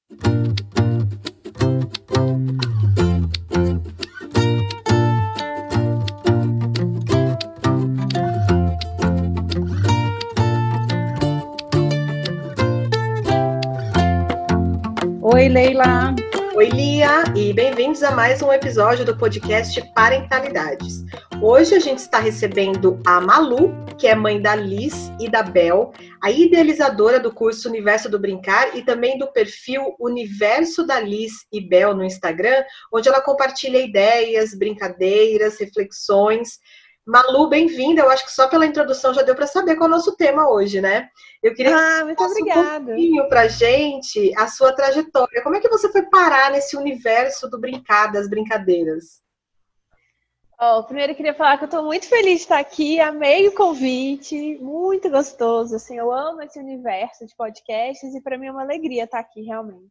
Oi, Leila. Oi, Lia, e bem-vindos a mais um episódio do podcast Parentalidades. Hoje a gente está recebendo a Malu, que é mãe da Liz e da Bel, a idealizadora do curso Universo do Brincar e também do perfil Universo da Liz e Bel no Instagram, onde ela compartilha ideias, brincadeiras, reflexões. Malu, bem-vinda. Eu acho que só pela introdução já deu para saber qual é o nosso tema hoje, né? Eu queria que você muito obrigada. Um pouquinho para a gente a sua trajetória. Como é que você foi parar nesse universo do brincar, das brincadeiras? Primeiro eu queria falar que eu estou muito feliz de estar aqui, amei o convite, muito gostoso, assim, eu amo esse universo de podcasts e para mim é uma alegria estar aqui, realmente.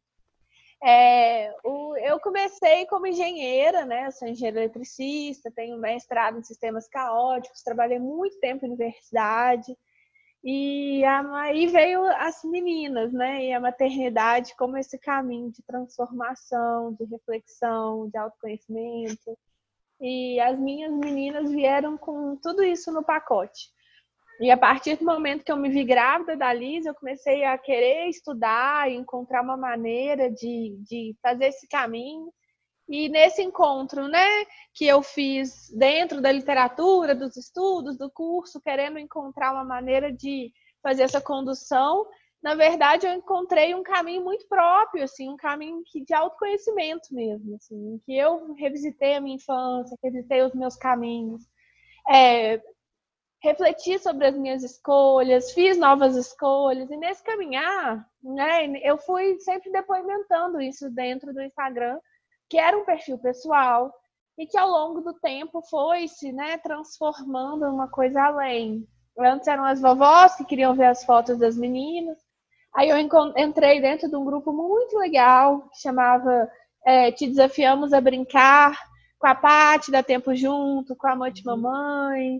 Eu comecei como engenheira, né? Eu sou engenheira eletricista, tenho mestrado em sistemas caóticos, trabalhei muito tempo em universidade e aí veio as meninas, né? E a maternidade como esse caminho de transformação, de reflexão, de autoconhecimento. E as minhas meninas vieram com tudo isso no pacote. E a partir do momento que eu me vi grávida da Liz, eu comecei a querer estudar e encontrar uma maneira de fazer esse caminho. E nesse encontro, né, que eu fiz dentro da literatura, dos estudos, do curso, querendo encontrar uma maneira de fazer essa condução, na verdade eu encontrei um caminho muito próprio, assim, um caminho de autoconhecimento mesmo, assim, em que eu revisitei a minha infância, revisitei os meus caminhos, refleti sobre as minhas escolhas, fiz novas escolhas, e nesse caminhar, né, eu fui sempre depoimentando isso dentro do Instagram, que era um perfil pessoal, e que ao longo do tempo foi se, né, transformando em uma coisa além. Antes eram as vovós que queriam ver as fotos das meninas, aí eu entrei dentro de um grupo muito legal, que chamava Te Desafiamos a Brincar, com a Paty da Tempo Junto, com a Mãe de Mamãe,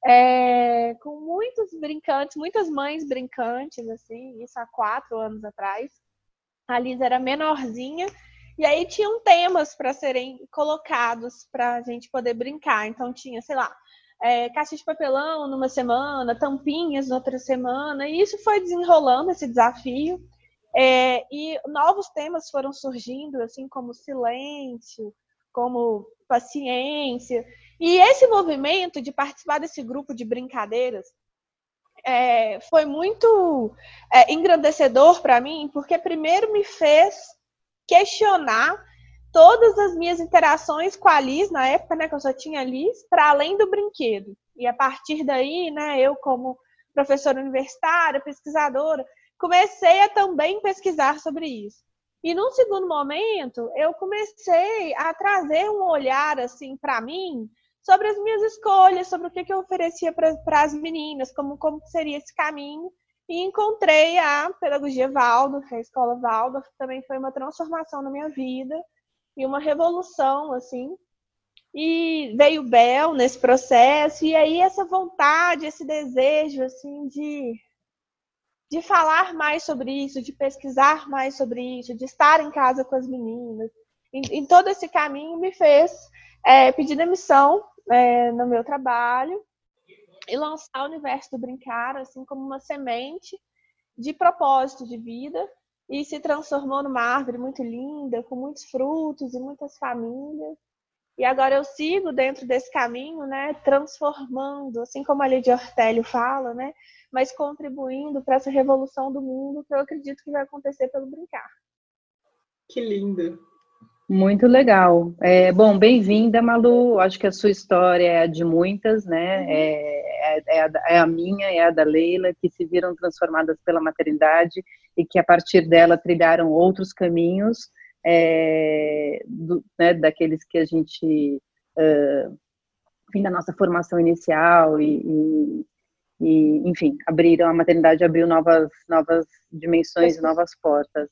com muitos brincantes, muitas mães brincantes, assim, isso há 4 anos atrás. A Liz era menorzinha, e aí tinham temas para serem colocados para a gente poder brincar. Então tinha, sei lá, caixa de papelão numa semana, tampinhas na outra semana, e isso foi desenrolando esse desafio. E novos temas foram surgindo, assim como silêncio, como paciência. E esse movimento de participar desse grupo de brincadeiras foi muito engrandecedor para mim, porque primeiro me fez questionar todas as minhas interações com a Liz, na época, né, que eu só tinha Liz, para além do brinquedo. E a partir daí, né, eu como professora universitária, pesquisadora, comecei a também pesquisar sobre isso. E num segundo momento, eu comecei a trazer um olhar assim para mim sobre as minhas escolhas, sobre o que eu oferecia para as meninas, como seria esse caminho. E encontrei a pedagogia Waldorf, a escola Waldorf, também foi uma transformação na minha vida e uma revolução, assim. E veio Bel nesse processo, e aí essa vontade, esse desejo, assim, de falar mais sobre isso, de pesquisar mais sobre isso, de estar em casa com as meninas. Em todo esse caminho me fez pedir demissão no meu trabalho e lançar o Universo do Brincar, assim, como uma semente de propósito de vida, e se transformou numa árvore muito linda, com muitos frutos e muitas famílias. E agora eu sigo dentro desse caminho, né, transformando, assim como a Lídia Ortélio fala, né, mas contribuindo para essa revolução do mundo que eu acredito que vai acontecer pelo brincar. Que linda! Muito legal. Bom, bem-vinda, Malu. Acho que a sua história é a de muitas, né? É a minha, é a da Leila, que se viram transformadas pela maternidade e que, a partir dela, trilharam outros caminhos, né, daqueles que a gente, fim da nossa formação inicial e enfim, a maternidade abriu novas dimensões e novas portas.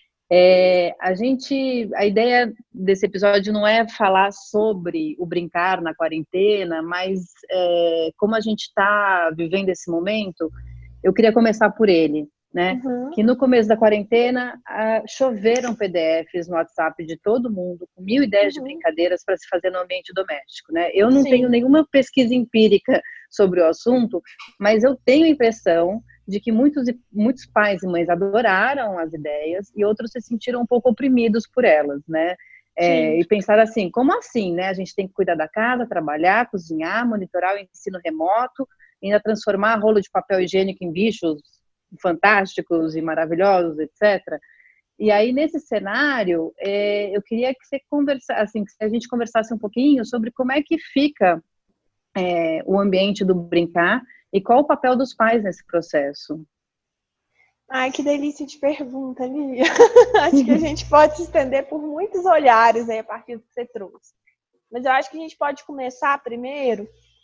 A ideia desse episódio não é falar sobre o brincar na quarentena, mas como a gente está vivendo esse momento, eu queria começar por ele. né? Que no começo da quarentena choveram PDFs no WhatsApp de todo mundo, com 1000 ideias de brincadeiras para se fazer no ambiente doméstico, né? Eu não tenho nenhuma pesquisa empírica sobre o assunto, mas eu tenho a impressão de que muitos pais e mães adoraram as ideias e outros se sentiram um pouco oprimidos por elas, né? E pensaram assim, como assim, né? A gente tem que cuidar da casa, trabalhar, cozinhar, monitorar o ensino remoto, ainda transformar rolo de papel higiênico em bichos fantásticos e maravilhosos, etc. E aí, nesse cenário, eu queria que você conversasse, assim, que a gente conversasse um pouquinho sobre como é que fica o ambiente do brincar e qual o papel dos pais nesse processo. Ai, que delícia de pergunta, Lívia. Acho que a gente pode se estender por muitos olhares aí a partir do que você trouxe. Mas eu acho que a gente pode começar primeiro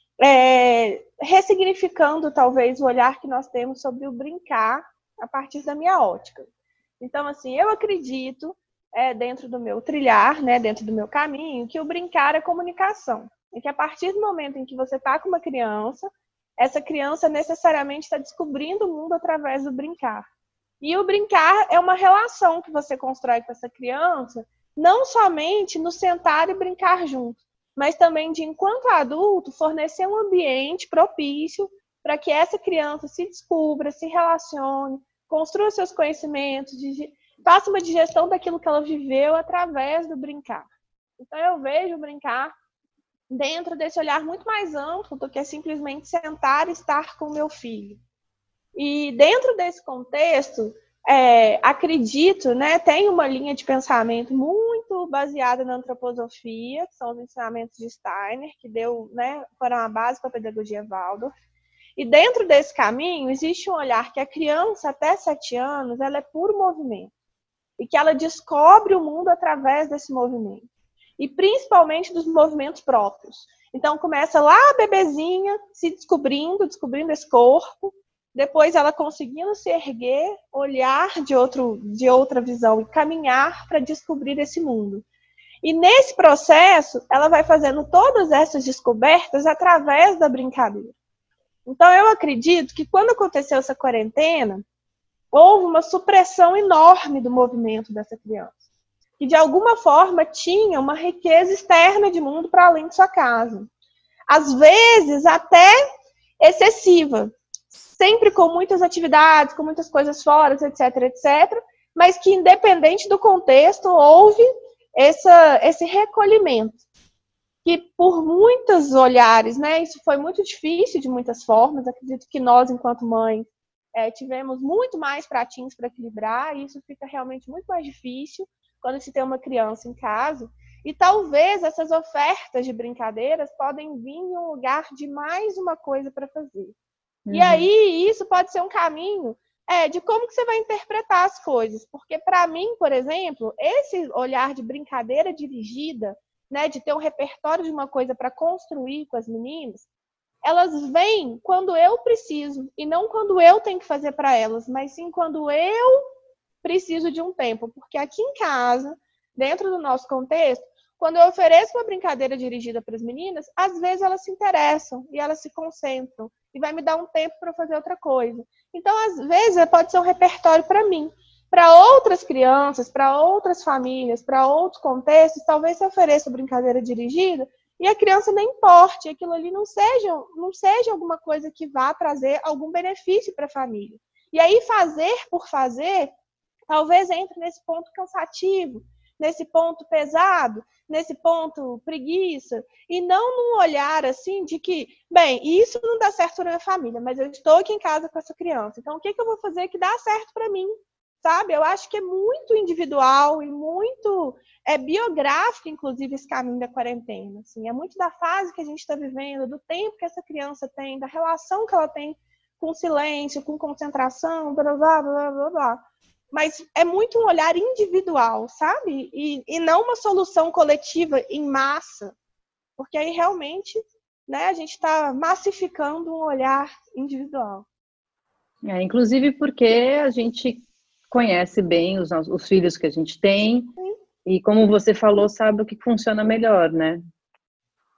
ressignificando, talvez, o olhar que nós temos sobre o brincar a partir da minha ótica. Então, assim, eu acredito, dentro do meu trilhar, né, dentro do meu caminho, que o brincar é comunicação. E que a partir do momento em que você está com uma criança, essa criança necessariamente está descobrindo o mundo através do brincar. E o brincar é uma relação que você constrói com essa criança, não somente no sentar e brincar junto, mas também de, enquanto adulto, fornecer um ambiente propício para que essa criança se descubra, se relacione, construa seus conhecimentos, faça uma digestão daquilo que ela viveu através do brincar. Então, eu vejo o brincar dentro desse olhar muito mais amplo do que simplesmente sentar e estar com o meu filho. E dentro desse contexto, acredito, né, tem uma linha de pensamento muito baseada na antroposofia, que são os ensinamentos de Steiner, que foram a base para a pedagogia Waldorf. E dentro desse caminho, existe um olhar que a criança, até 7 anos, ela é puro movimento. E que ela descobre o mundo através desse movimento. E principalmente dos movimentos próprios. Então, começa lá a bebezinha se descobrindo esse corpo. Depois ela conseguindo se erguer, olhar de outra visão e caminhar para descobrir esse mundo. E nesse processo, ela vai fazendo todas essas descobertas através da brincadeira. Então, eu acredito que quando aconteceu essa quarentena, houve uma supressão enorme do movimento dessa criança. Que, de alguma forma, tinha uma riqueza externa de mundo para além de sua casa. Às vezes, até excessiva. Sempre com muitas atividades, com muitas coisas fora, etc, etc. Mas que, independente do contexto, houve esse recolhimento. Que, por muitos olhares, né, isso foi muito difícil de muitas formas. Acredito que nós, enquanto mães, tivemos muito mais pratinhos para equilibrar, e isso fica realmente muito mais difícil quando se tem uma criança em casa. E talvez essas ofertas de brincadeiras podem vir em um lugar de mais uma coisa para fazer. E aí, isso pode ser um caminho de como que você vai interpretar as coisas. Porque, para mim, por exemplo, esse olhar de brincadeira dirigida, né, de ter um repertório de uma coisa para construir com as meninas, elas vêm quando eu preciso, e não quando eu tenho que fazer para elas, mas sim quando eu preciso de um tempo. Porque aqui em casa, dentro do nosso contexto, quando eu ofereço uma brincadeira dirigida para as meninas, às vezes elas se interessam e elas se concentram e vai me dar um tempo para fazer outra coisa. Então, às vezes, pode ser um repertório para mim. Para outras crianças, para outras famílias, para outros contextos, talvez se ofereça brincadeira dirigida e a criança nem importe, aquilo ali não seja alguma coisa que vá trazer algum benefício para a família. E aí, fazer por fazer, talvez entre nesse ponto cansativo, nesse ponto pesado, nesse ponto preguiça, e não num olhar assim de que, bem, isso não dá certo na minha família, mas eu estou aqui em casa com essa criança, então o que eu vou fazer que dá certo para mim, sabe? Eu acho que é muito individual e muito biográfico, inclusive, esse caminho da quarentena, assim, é muito da fase que a gente está vivendo, do tempo que essa criança tem, da relação que ela tem com silêncio, com concentração, blá, blá, blá, blá, blá. Mas é muito um olhar individual, sabe? E não uma solução coletiva em massa. Porque aí realmente, né, a gente está massificando um olhar individual. Inclusive porque a gente conhece bem os filhos que a gente tem. Sim. E como você falou, sabe o que funciona melhor, né?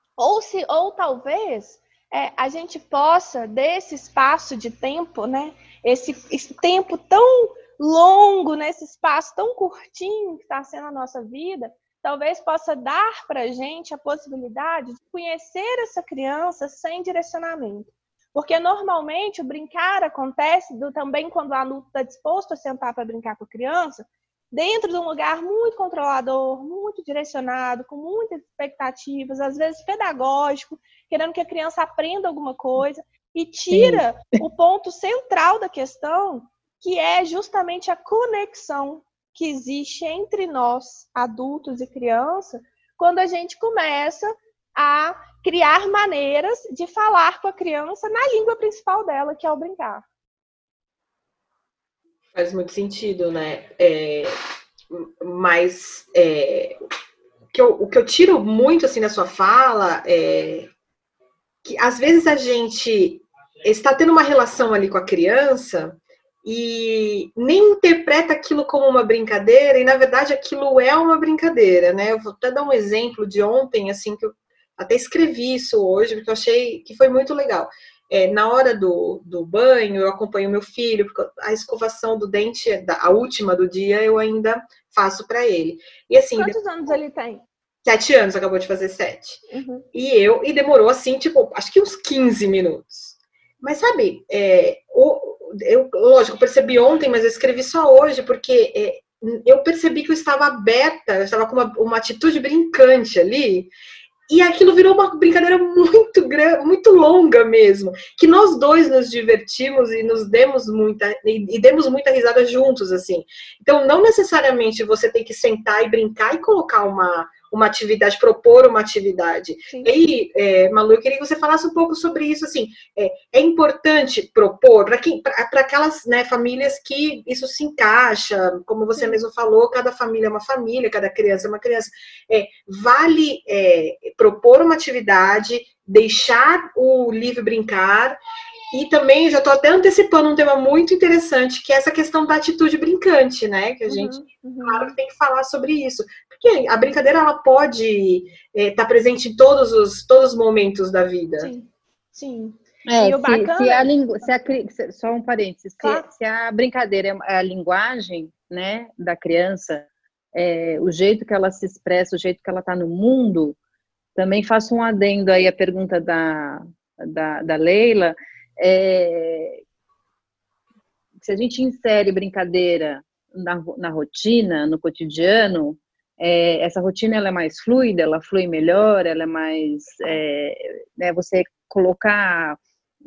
Ou talvez a gente possa, desse espaço de tempo, né, esse tempo tão longo, nesse espaço tão curtinho que está sendo a nossa vida, talvez possa dar para a gente a possibilidade de conhecer essa criança sem direcionamento. Porque normalmente o brincar acontece também quando o adulto está disposto a sentar para brincar com a criança, dentro de um lugar muito controlador, muito direcionado, com muitas expectativas, às vezes pedagógico, querendo que a criança aprenda alguma coisa, e tira o ponto central da questão, que é justamente a conexão que existe entre nós, adultos e criança, quando a gente começa a criar maneiras de falar com a criança na língua principal dela, que é o brincar. Faz muito sentido, né? Mas o que eu tiro muito assim da sua fala é que às vezes a gente está tendo uma relação ali com a criança e nem interpreta aquilo como uma brincadeira, e na verdade aquilo é uma brincadeira, né? Eu vou até dar um exemplo de ontem, assim, que eu até escrevi isso hoje, porque eu achei que foi muito legal. Na hora do banho, eu acompanho meu filho, porque a escovação do dente, a última do dia, eu ainda faço para ele. E assim, quantos anos ele tem? 7 anos, acabou de fazer 7. Uhum. E demorou assim, tipo, acho que uns 15 minutos. Mas sabe, eu, lógico, percebi ontem, mas eu escrevi só hoje, porque eu percebi que eu estava aberta, eu estava com uma atitude brincante ali, e aquilo virou uma brincadeira muito grande, muito longa mesmo, que nós dois nos divertimos e demos muita risada juntos, assim. Então, não necessariamente você tem que sentar e brincar e colocar uma atividade, propor uma atividade. Sim. E aí, Malu, eu queria que você falasse um pouco sobre isso, assim, é importante propor para aquelas, né, famílias que isso se encaixa, como você Sim. mesmo falou, cada família é uma família, cada criança é uma criança. Vale propor uma atividade, deixar o livre brincar. E também, já estou até antecipando um tema muito interessante, que é essa questão da atitude brincante, né? Que a gente, claro, tem que falar sobre isso. Porque a brincadeira, ela pode estar presente em todos os momentos da vida. Sim, sim. E o bacana... só um parênteses. Claro. Se a brincadeira é a linguagem, né, da criança, o jeito que ela se expressa, o jeito que ela está no mundo, também faço um adendo aí à pergunta da Leila. Se a gente insere brincadeira na rotina, no cotidiano, essa rotina ela é mais fluida, ela flui melhor, ela é mais... você colocar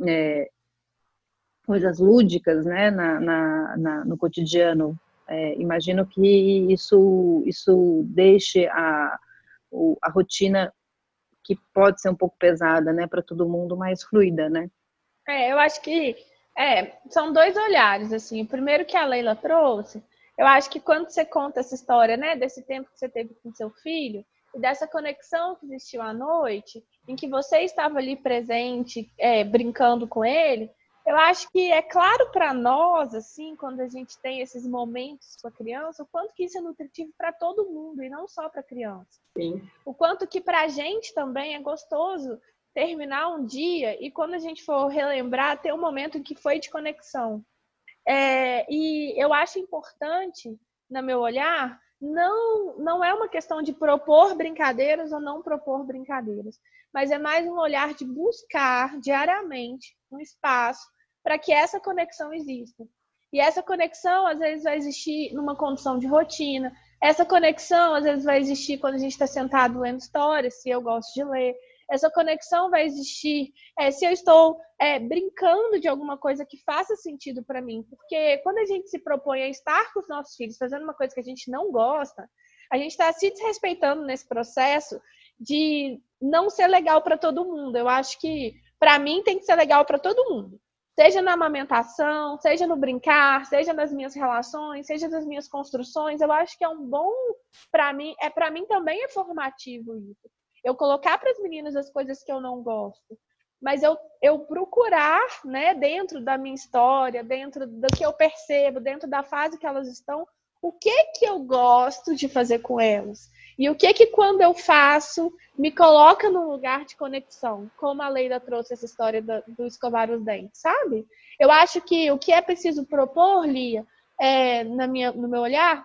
coisas lúdicas, né, no cotidiano, imagino que isso deixe a rotina, que pode ser um pouco pesada, né, para todo mundo, mais fluida, né? Eu acho que são dois olhares, assim. O primeiro que a Leila trouxe, eu acho que quando você conta essa história, né, desse tempo que você teve com seu filho, e dessa conexão que existiu à noite, em que você estava ali presente, brincando com ele, eu acho que é claro para nós, assim, quando a gente tem esses momentos com a criança, o quanto que isso é nutritivo para todo mundo, e não só para a criança. Sim. O quanto que para a gente também é gostoso terminar um dia e quando a gente for relembrar, ter um momento em que foi de conexão. E eu acho importante, no meu olhar, não é uma questão de propor brincadeiras ou não propor brincadeiras, mas é mais um olhar de buscar diariamente um espaço para que essa conexão exista. E essa conexão, às vezes, vai existir numa condição de rotina. Essa conexão, às vezes, vai existir quando a gente está sentado lendo histórias, se eu gosto de ler. Essa conexão vai existir se eu estou brincando de alguma coisa que faça sentido para mim. Porque quando a gente se propõe a estar com os nossos filhos fazendo uma coisa que a gente não gosta, a gente está se desrespeitando nesse processo de não ser legal para todo mundo. Eu acho que, para mim, tem que ser legal para todo mundo. Seja na amamentação, seja no brincar, seja nas minhas relações, seja nas minhas construções. Eu acho que é um bom... Para mim também é formativo isso. Eu colocar para as meninas as coisas que eu não gosto, mas eu procurar, né, dentro da minha história, dentro do que eu percebo, dentro da fase que elas estão, o que eu gosto de fazer com elas. E o que quando eu faço me coloca num lugar de conexão, como a Leila trouxe essa história do escovar os dentes, sabe? Eu acho que o que é preciso propor, Lia, no meu olhar,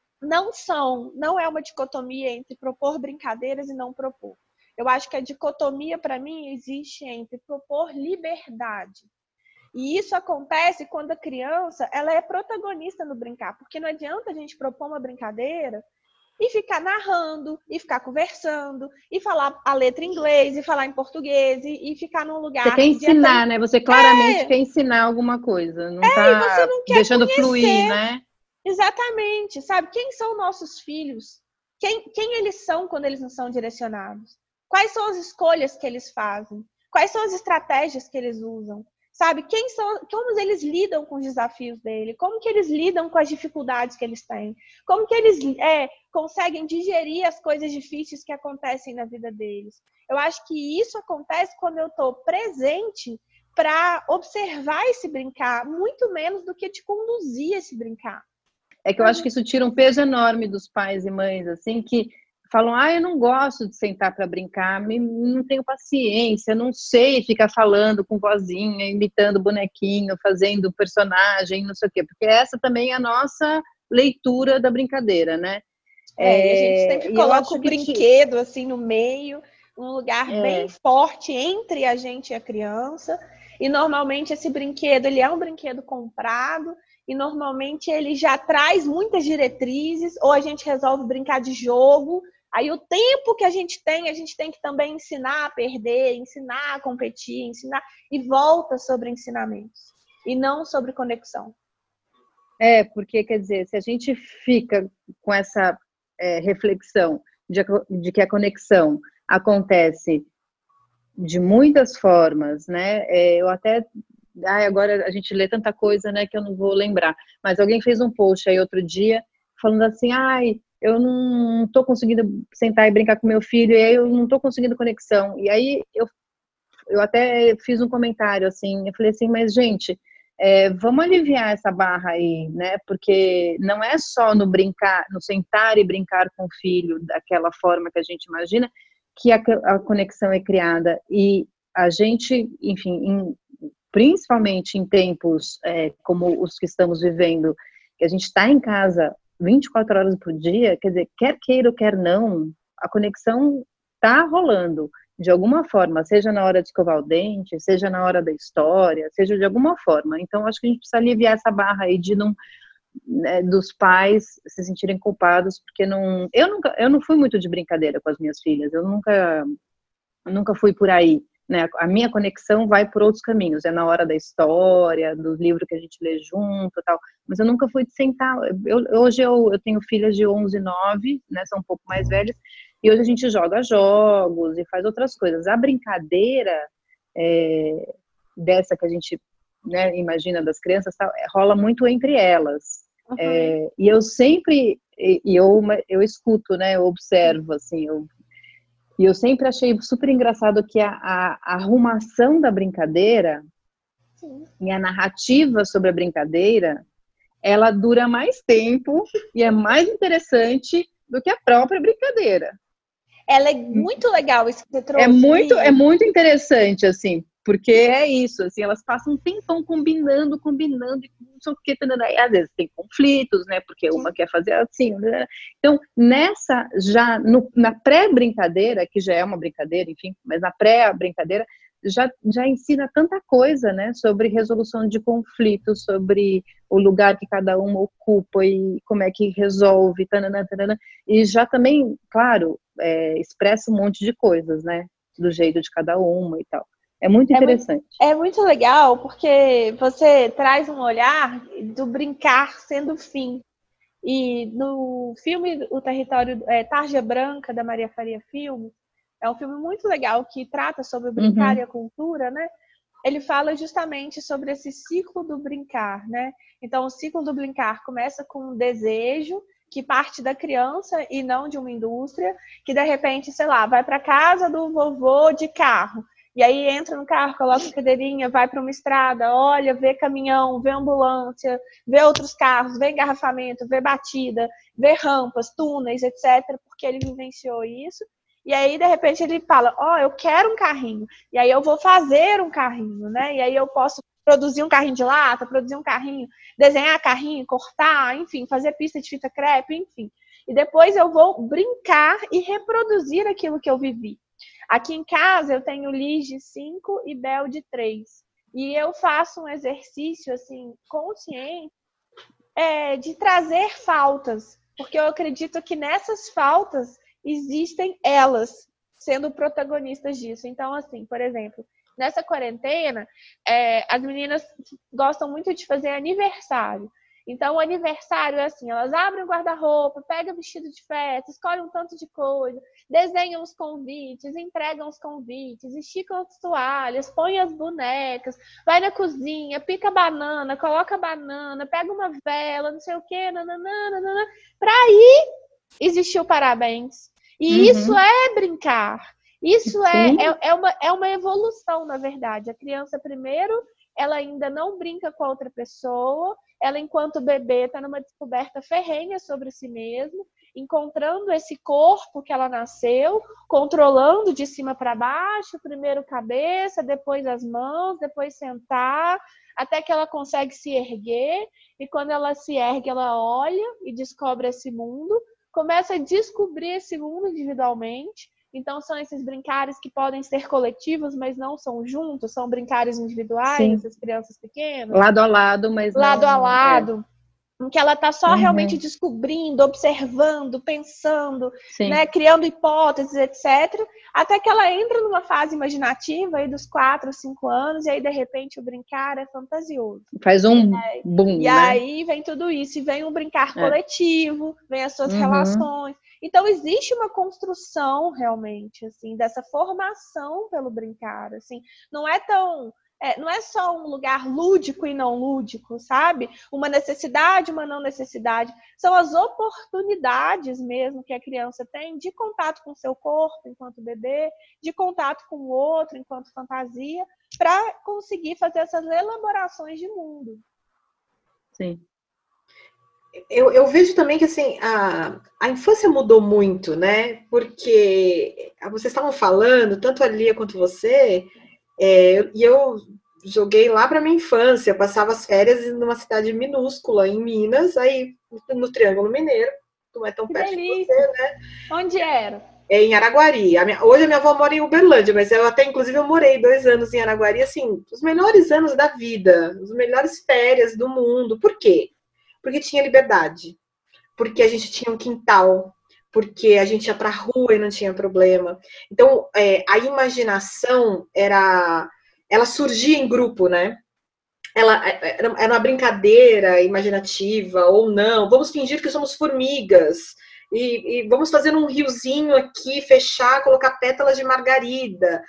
não é uma dicotomia entre propor brincadeiras e não propor. Eu acho que a dicotomia, para mim, existe entre propor liberdade. E isso acontece quando a criança ela é protagonista no brincar, porque não adianta a gente propor uma brincadeira e ficar narrando, e ficar conversando, e falar a letra em inglês, e falar em português, e ficar num lugar... Você quer ensinar, né? Você claramente quer ensinar alguma coisa. Não e você não quer deixando conhecer. Fluir, né? Exatamente, sabe? Quem são nossos filhos? Quem eles são quando eles não são direcionados? Quais são as escolhas que eles fazem? Quais são as estratégias que eles usam? Sabe? Como eles lidam com os desafios dele? Como que eles lidam com as dificuldades que eles têm? Como que eles conseguem digerir as coisas difíceis que acontecem na vida deles? Eu acho que isso acontece quando eu estou presente para observar esse brincar, muito menos do que te conduzir a esse brincar. É que eu acho que isso tira um peso enorme dos pais e mães, assim, que falam, eu não gosto de sentar para brincar, não tenho paciência, não sei ficar falando com vozinha, imitando bonequinho, fazendo personagem, não sei o quê, porque essa também é a nossa leitura da brincadeira, né? E a gente sempre coloca o brinquedo assim no meio, um lugar bem forte entre a gente e a criança, e normalmente esse brinquedo, ele é um brinquedo comprado, e normalmente ele já traz muitas diretrizes, ou a gente resolve brincar de jogo. Aí o tempo que a gente tem que também ensinar a perder, ensinar a competir, ensinar, e volta sobre ensinamentos, e não sobre conexão. Porque, quer dizer, se a gente fica com essa reflexão de que a conexão acontece de muitas formas, né? Eu até... agora a gente lê tanta coisa, né, que eu não vou lembrar. Mas alguém fez um post aí outro dia, falando assim, eu não tô conseguindo sentar e brincar com meu filho, e aí eu não tô conseguindo conexão. E aí eu até fiz um comentário, assim, eu falei assim, mas gente, vamos aliviar essa barra aí, né, porque não é só no brincar, no sentar e brincar com o filho, daquela forma que a gente imagina, que a conexão é criada. E a gente, enfim, principalmente em tempos como os que estamos vivendo, que a gente está em casa 24 horas por dia, quer dizer, quer queira ou quer não, a conexão está rolando de alguma forma, seja na hora de escovar o dente, seja na hora da história, seja de alguma forma. Então, acho que a gente precisa aliviar essa barra aí de não, dos pais se sentirem culpados, porque eu não fui muito de brincadeira com as minhas filhas, eu nunca fui por aí. Né? A minha conexão vai por outros caminhos, é na hora da história, do livro que a gente lê junto, tal. Mas eu nunca fui de sentar. Hoje eu tenho filhas de 11 e 9, né? São um pouco mais velhas, e hoje a gente joga jogos e faz outras coisas. A brincadeira dessa que a gente, né, imagina das crianças, tal, rola muito entre elas. Uhum. E eu sempre, eu escuto, né? Eu observo, assim, e eu sempre achei super engraçado que a arrumação da brincadeira, sim, e a narrativa sobre a brincadeira, ela dura mais tempo e é mais interessante do que a própria brincadeira. Ela é muito legal isso que você trouxe. É muito interessante, assim, porque é isso, assim, elas passam um tempão combinando, e não sei o que, aí, às vezes tem conflitos, né, porque uma quer fazer assim, né? Então, na pré-brincadeira, que já é uma brincadeira, enfim, mas na pré-brincadeira, já ensina tanta coisa, né, sobre resolução de conflitos, sobre o lugar que cada uma ocupa e como é que resolve, tanana, e já também, claro, expressa um monte de coisas, né, do jeito de cada uma e tal. É muito interessante. É muito legal, porque você traz um olhar do brincar sendo fim. E no filme O Território, Tarja Branca, da Maria Faria Filmes, é um filme muito legal que trata sobre o brincar e a cultura, né? Ele fala justamente sobre esse ciclo do brincar, né? Então, o ciclo do brincar começa com um desejo que parte da criança e não de uma indústria, que de repente, sei lá, vai para casa do vovô de carro. E aí entra no carro, coloca a cadeirinha, vai para uma estrada, olha, vê caminhão, vê ambulância, vê outros carros, vê engarrafamento, vê batida, vê rampas, túneis, etc., porque ele vivenciou isso. E aí, de repente, ele fala, eu quero um carrinho. E aí eu vou fazer um carrinho, né? E aí eu posso produzir um carrinho de lata, produzir um carrinho, desenhar carrinho, cortar, enfim, fazer pista de fita crepe, enfim. E depois eu vou brincar e reproduzir aquilo que eu vivi. Aqui em casa eu tenho Liz de 5 e Bel de 3. E eu faço um exercício, assim, consciente, de trazer faltas. Porque eu acredito que nessas faltas existem elas sendo protagonistas disso. Então, assim, por exemplo, nessa quarentena, as meninas gostam muito de fazer aniversário. Então, o aniversário é assim, elas abrem o guarda-roupa, pegam vestido de festa, escolhem um tanto de coisa, desenham os convites, entregam os convites, esticam as toalhas, põem as bonecas, vai na cozinha, pica a banana, coloca a banana, pega uma vela, não sei o quê, nananana, para aí existir o parabéns. E isso é brincar. Isso é uma evolução, na verdade. A criança, primeiro, ela ainda não brinca com a outra pessoa, ela, enquanto bebê, está numa descoberta ferrenha sobre si mesma, encontrando esse corpo que ela nasceu, controlando de cima para baixo, primeiro cabeça, depois as mãos, depois sentar, até que ela consegue se erguer, e quando ela se ergue, ela olha e descobre esse mundo, começa a descobrir esse mundo individualmente. Então, são esses brincares que podem ser coletivos, mas não são juntos, são brincares individuais, essas crianças pequenas. Lado a lado, mas lado a lado. Em que ela está só realmente descobrindo, observando, pensando, né, criando hipóteses, etc. Até que ela entra numa fase imaginativa aí dos 4, 5 anos, e aí, de repente, o brincar é fantasioso. Faz um boom, E aí vem tudo isso, e vem um brincar coletivo, vem as suas relações. Então, existe uma construção, realmente, assim, dessa formação pelo brincar, assim. Não é só um lugar lúdico e não lúdico, sabe? Uma necessidade, uma não necessidade. São as oportunidades mesmo que a criança tem de contato com o seu corpo enquanto bebê, de contato com o outro enquanto fantasia, para conseguir fazer essas elaborações de mundo. Sim. Eu vejo também que assim, a infância mudou muito, né? Porque vocês estavam falando, tanto a Lia quanto você, e eu joguei lá para minha infância, passava as férias numa cidade minúscula, em Minas, aí no Triângulo Mineiro, não é tão perto de você, né? Onde era? Em Araguari. Hoje a minha avó mora em Uberlândia, mas inclusive, eu morei 2 anos em Araguari, assim, os melhores anos da vida, as melhores férias do mundo. Por quê? Porque tinha liberdade, porque a gente tinha um quintal, porque a gente ia para a rua e não tinha problema. Então, a imaginação ela surgia em grupo, né? Ela era uma brincadeira imaginativa, ou não. Vamos fingir que somos formigas, e vamos fazer um riozinho aqui, fechar, colocar pétalas de margarida.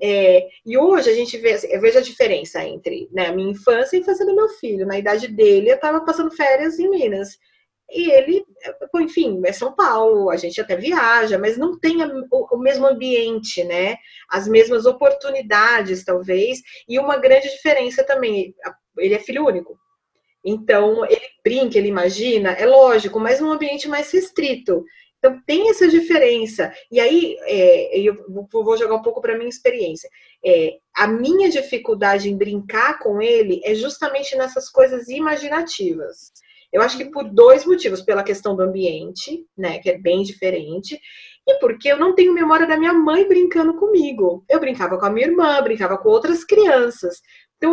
E hoje a gente eu vejo a diferença entre, né, a minha infância e a infância do meu filho. Na idade dele, eu estava passando férias em Minas. E ele, enfim, é São Paulo, a gente até viaja, mas não tem o mesmo ambiente, né? As mesmas oportunidades, talvez. E uma grande diferença também, ele é filho único. Então, ele brinca, ele imagina, é lógico, mas num ambiente mais restrito. Então, tem essa diferença. E aí, eu vou jogar um pouco para a minha experiência. A minha dificuldade em brincar com ele é justamente nessas coisas imaginativas. Eu acho que por 2 motivos. Pela questão do ambiente, né, que é bem diferente, e porque eu não tenho memória da minha mãe brincando comigo. Eu brincava com a minha irmã, brincava com outras crianças. Então,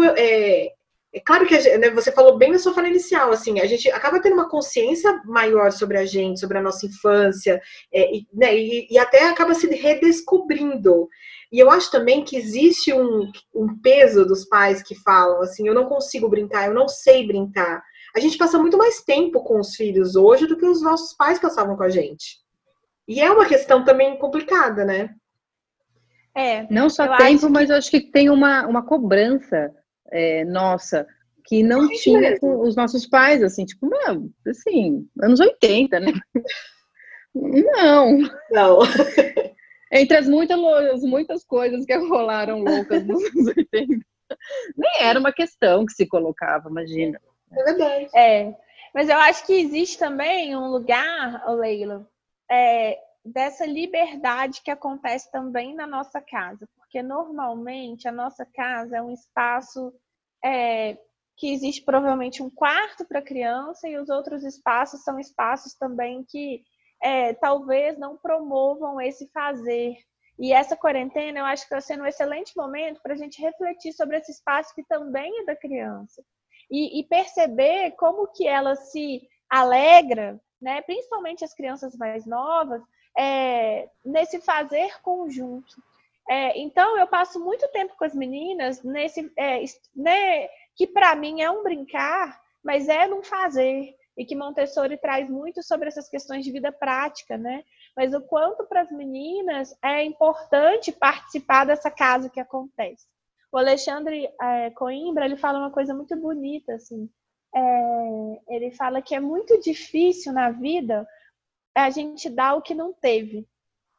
é claro que né, você falou bem na sua fala inicial, assim, a gente acaba tendo uma consciência maior sobre a gente, sobre a nossa infância, né, e até acaba se redescobrindo. E eu acho também que existe um peso dos pais que falam assim, eu não consigo brincar, eu não sei brincar. A gente passa muito mais tempo com os filhos hoje do que os nossos pais passavam com a gente. E é uma questão também complicada, né? Não só tempo, mas eu acho que tem uma cobrança nossa, que não tinha com os nossos pais, assim, tipo, assim, anos 80, né? Não. Entre as muitas coisas que rolaram loucas nos anos 80, nem era uma questão que se colocava, imagina. É verdade. Mas eu acho que existe também um lugar, Leila, dessa liberdade que acontece também na nossa casa, porque normalmente a nossa casa é um espaço que existe provavelmente um quarto para criança e os outros espaços são espaços também que talvez não promovam esse fazer. E essa quarentena eu acho que está sendo um excelente momento para a gente refletir sobre esse espaço que também é da criança. E perceber como que ela se alegra, né? Principalmente as crianças mais novas, nesse fazer conjunto. Então, eu passo muito tempo com as meninas nesse, né, que para mim é um brincar, mas é num fazer. E que Montessori traz muito sobre essas questões de vida prática, né? Mas o quanto para as meninas é importante participar dessa casa que acontece. O Alexandre Coimbra, ele fala uma coisa muito bonita, assim. Ele fala que é muito difícil na vida a gente dar o que não teve.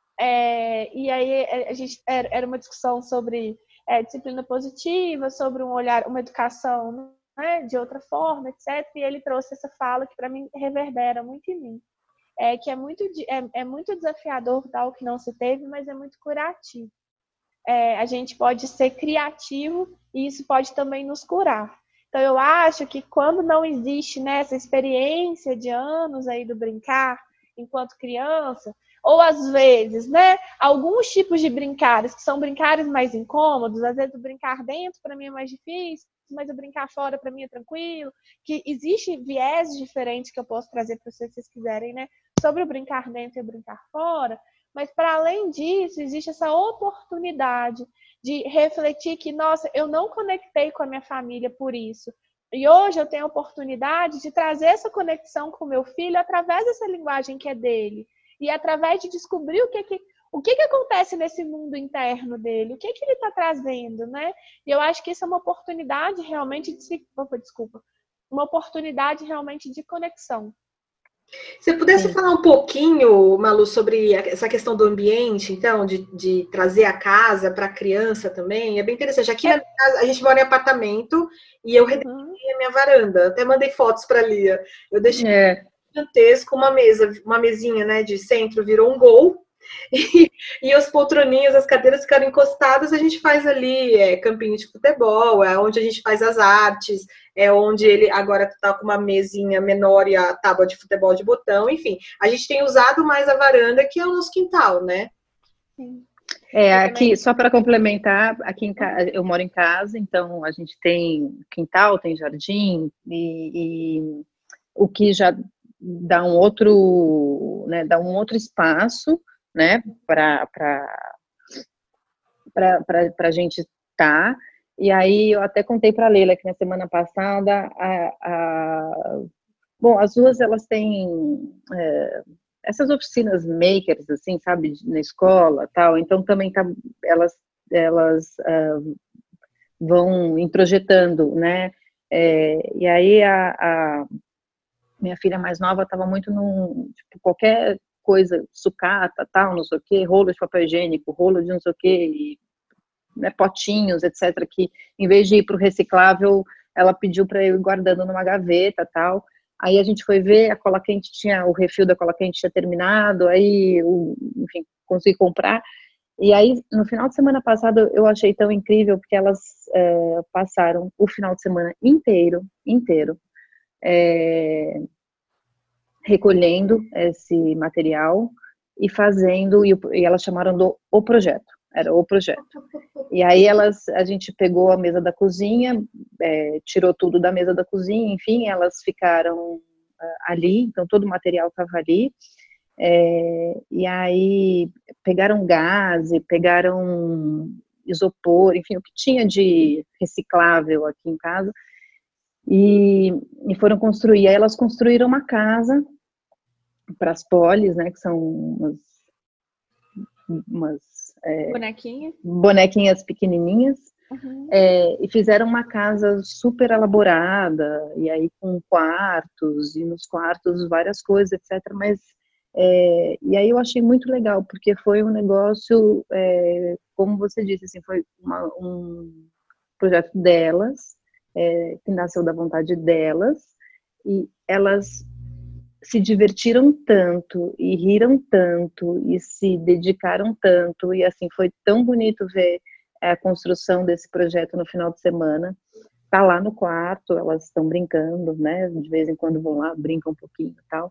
E aí a gente era uma discussão sobre disciplina positiva, sobre um olhar, uma educação, né, de outra forma, etc. E ele trouxe essa fala que para mim reverbera muito em mim. Que é muito desafiador dar o que não se teve, mas é muito curativo. A gente pode ser criativo e isso pode também nos curar. Então, eu acho que quando não existe, né, essa experiência de anos aí do brincar enquanto criança, ou às vezes, né, alguns tipos de brincares que são brincares mais incômodos, às vezes o brincar dentro para mim é mais difícil, mas o brincar fora para mim é tranquilo, que existe viés diferentes que eu posso trazer para vocês, se vocês quiserem, né, sobre o brincar dentro e o brincar fora. Mas, para além disso, existe essa oportunidade de refletir que, nossa, eu não conectei com a minha família por isso. E hoje eu tenho a oportunidade de trazer essa conexão com o meu filho através dessa linguagem que é dele. E através de descobrir o que acontece nesse mundo interno dele, o que ele está trazendo, né? E eu acho que isso é uma oportunidade realmente uma oportunidade realmente de conexão. Se você pudesse falar um pouquinho, Malu, sobre essa questão do ambiente, então, de trazer a casa para a criança também, é bem interessante. Aqui na minha casa, a gente mora em apartamento e eu redecorei a minha varanda. Até mandei fotos para a Lia. Eu deixei gigantesco, uma mesinha, né, de centro, virou um gol. E as poltroninhas, as cadeiras ficaram encostadas, a gente faz ali campinho de futebol, é onde a gente faz as artes, é onde ele agora está com uma mesinha menor e a tábua de futebol de botão, enfim. A gente tem usado mais a varanda, que é o nosso quintal, né? Sim. Aqui, só para complementar, aqui eu moro em casa, então a gente tem quintal, tem jardim, e o que já dá um outro espaço, né, para a gente estar. E aí eu até contei para a Leila que na semana passada bom, as duas elas têm essas oficinas makers, assim, sabe, na escola, tal. Então também elas vão introjetando, né? E aí a minha filha mais nova estava muito tipo, qualquer coisa, sucata, tal, não sei o quê, rolo de papel higiênico, rolo de não sei o quê, e, né, potinhos, etc., que em vez de ir para o reciclável, ela pediu para eu ir guardando numa gaveta, tal. Aí a gente foi ver, a cola quente o refil da cola quente tinha terminado, aí, enfim, consegui comprar. E aí, no final de semana passado, eu achei tão incrível, porque elas passaram o final de semana inteiro, recolhendo esse material e fazendo, e elas chamaram o projeto, era o projeto. E aí a gente pegou a mesa da cozinha, tirou tudo da mesa da cozinha, enfim, elas ficaram ali, então todo o material estava ali, e aí pegaram gás, pegaram isopor, enfim, o que tinha de reciclável aqui em casa, e foram construir. Aí elas construíram uma casa para as polis, né, que são umas bonequinhas pequenininhas, e fizeram uma casa super elaborada, e aí com quartos, e nos quartos várias coisas, etc. Mas E aí eu achei muito legal, porque foi um negócio, como você disse, assim, foi um projeto delas, que nasceu da vontade delas, e elas se divertiram tanto, e riram tanto, e se dedicaram tanto, e assim, foi tão bonito ver a construção desse projeto no final de semana. Tá lá no quarto, elas estão brincando, né, de vez em quando vão lá, brincam um pouquinho e tal,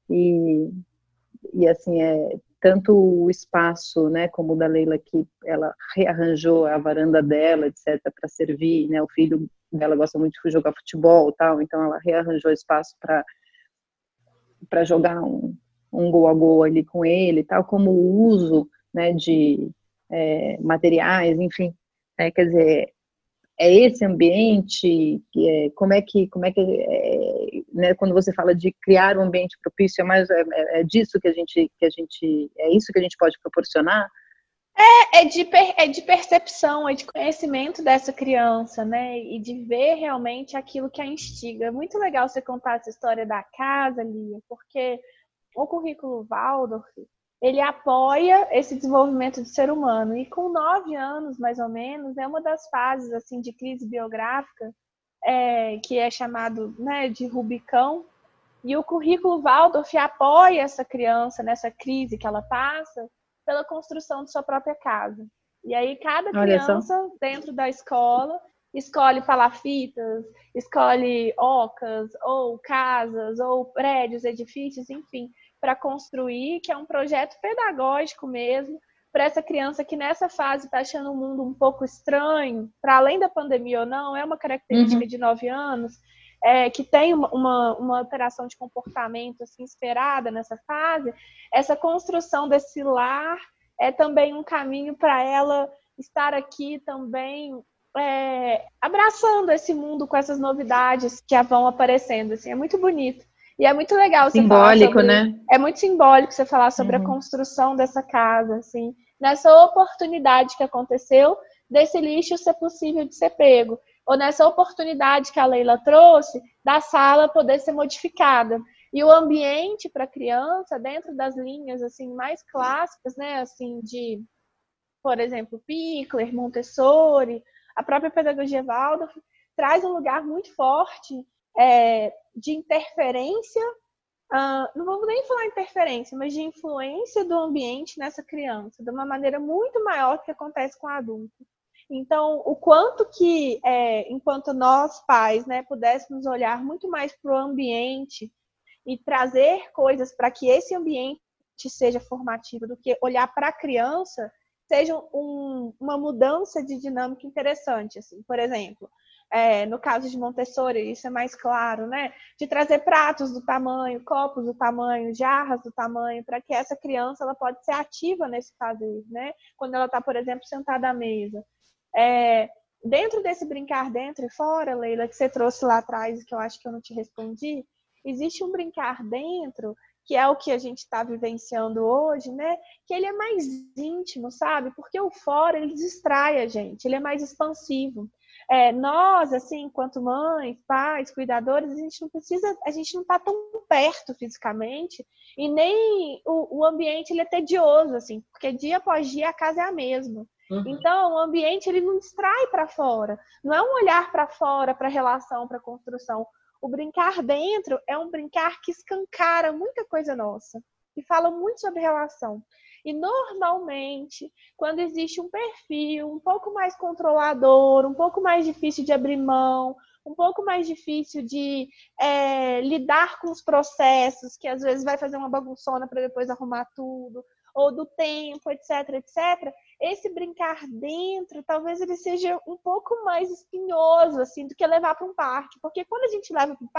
e assim, tanto o espaço, né, como o da Leila, que ela rearranjou a varanda dela, etc, para servir, né, o filho dela gosta muito de jogar futebol e tal, então ela rearranjou espaço para jogar um gol a gol ali com ele, tal, como o uso, né, de materiais, enfim, né, quer dizer, esse ambiente, né, quando você fala de criar um ambiente propício, disso que a gente, é isso que a gente pode proporcionar? É de percepção, é de conhecimento dessa criança, né? E de ver realmente aquilo que a instiga. É muito legal você contar essa história da casa, Lia, porque o currículo Waldorf, ele apoia esse desenvolvimento do ser humano. E com 9 anos, mais ou menos, é uma das fases assim de crise biográfica, que é chamado, né, de Rubicão. E o currículo Waldorf apoia essa criança nessa crise que ela passa pela construção de sua própria casa. E aí cada criança dentro da escola escolhe palafitas, escolhe ocas, ou casas, ou prédios, edifícios, enfim, para construir, que é um projeto pedagógico mesmo, para essa criança que nessa fase está achando o mundo um pouco estranho, para além da pandemia ou não, é uma característica de 9 anos, que tem uma alteração de comportamento assim, esperada nessa fase. Essa construção desse lar é também um caminho para ela estar aqui também abraçando esse mundo com essas novidades que vão aparecendo. Assim, é muito bonito. E é muito legal você falar sobre... né? É muito simbólico você falar sobre a construção dessa casa, assim, nessa oportunidade que aconteceu desse lixo ser possível de ser pego, ou nessa oportunidade que a Leila trouxe da sala poder ser modificada. E o ambiente para a criança, dentro das linhas assim mais clássicas, né, assim de, por exemplo, Pickler, Montessori, a própria pedagogia Waldorf, traz um lugar muito forte de interferência, não vamos nem falar interferência, mas de influência do ambiente nessa criança, de uma maneira muito maior do que acontece com o adulto. Então, o quanto que, enquanto nós, pais, né, pudéssemos olhar muito mais para o ambiente e trazer coisas para que esse ambiente seja formativo do que olhar para a criança, seja uma mudança de dinâmica interessante. Assim. Por exemplo, no caso de Montessori, isso é mais claro, né? De trazer pratos do tamanho, copos do tamanho, jarras do tamanho, para que essa criança ela pode ser ativa nesse fazer, né? Quando ela está, por exemplo, sentada à mesa. Dentro desse brincar dentro e fora, Leila, que você trouxe lá atrás, que eu acho que eu não te respondi, existe um brincar dentro, que é o que a gente está vivenciando hoje, né? Que ele é mais íntimo, sabe? Porque o fora, ele distrai a gente, ele é mais expansivo. Nós, assim, enquanto mães, pais, cuidadores, a gente não está tão perto fisicamente, e nem o ambiente ele é tedioso, assim, porque dia após dia a casa é a mesma. Então, o ambiente ele não distrai para fora. Não é um olhar para fora, para a relação, para a construção. O brincar dentro é um brincar que escancara muita coisa nossa, que fala muito sobre relação. E, normalmente, quando existe um perfil um pouco mais controlador, um pouco mais difícil de abrir mão, um pouco mais difícil de lidar com os processos, que às vezes vai fazer uma bagunçona para depois arrumar tudo, ou do tempo, etc, etc, esse brincar dentro, talvez ele seja um pouco mais espinhoso, assim, do que levar para um parque. Porque quando a gente leva para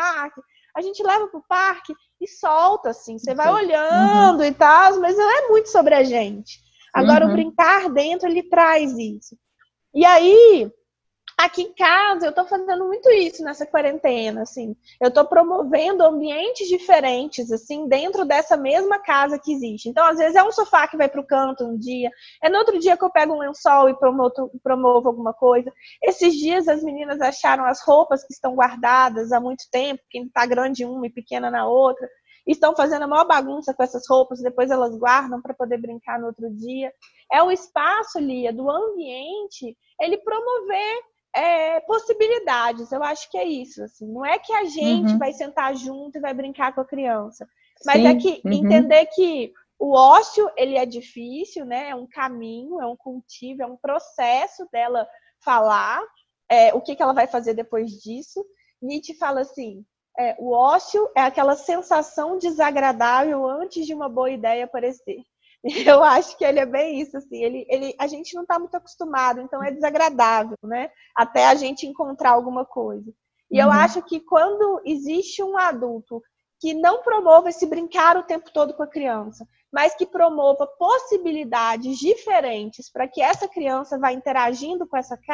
o parque e solta, assim. Você vai olhando e tal, mas não é muito sobre a gente. Agora, o brincar dentro, ele traz isso. E aí, aqui em casa, eu tô fazendo muito isso nessa quarentena, assim. Eu tô promovendo ambientes diferentes, assim, dentro dessa mesma casa que existe. Então, às vezes, é um sofá que vai pro canto um dia, no outro dia que eu pego um lençol e promovo alguma coisa. Esses dias, as meninas acharam as roupas que estão guardadas há muito tempo, que tá grande uma e pequena na outra. estão fazendo a maior bagunça com essas roupas, depois elas guardam para poder brincar no outro dia. É o espaço, Lia, do ambiente, ele promover possibilidades. Eu acho que é isso. Assim. Não é que a gente vai sentar junto e vai brincar com a criança, mas Sim. é que entender que o ócio, ele é difícil, né? É um caminho, é um cultivo, é um processo dela falar o que ela vai fazer depois disso. Nietzsche fala assim, o ócio é aquela sensação desagradável antes de uma boa ideia aparecer. Eu acho que ele é bem isso, assim, a gente não está muito acostumado, então é desagradável, né? Até a gente encontrar alguma coisa. E eu acho que quando existe um adulto que não promova esse brincar o tempo todo com a criança, mas que promova possibilidades diferentes para que essa criança vá interagindo com essa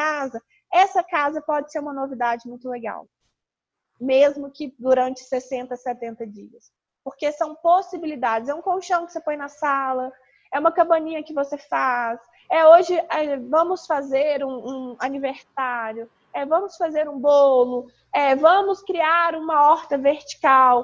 casa pode ser uma novidade muito legal. Mesmo que durante 60, 70 dias. Porque são possibilidades. É um colchão que você põe na sala, é uma cabaninha que você faz, hoje vamos fazer um aniversário, vamos fazer um bolo, vamos criar uma horta vertical,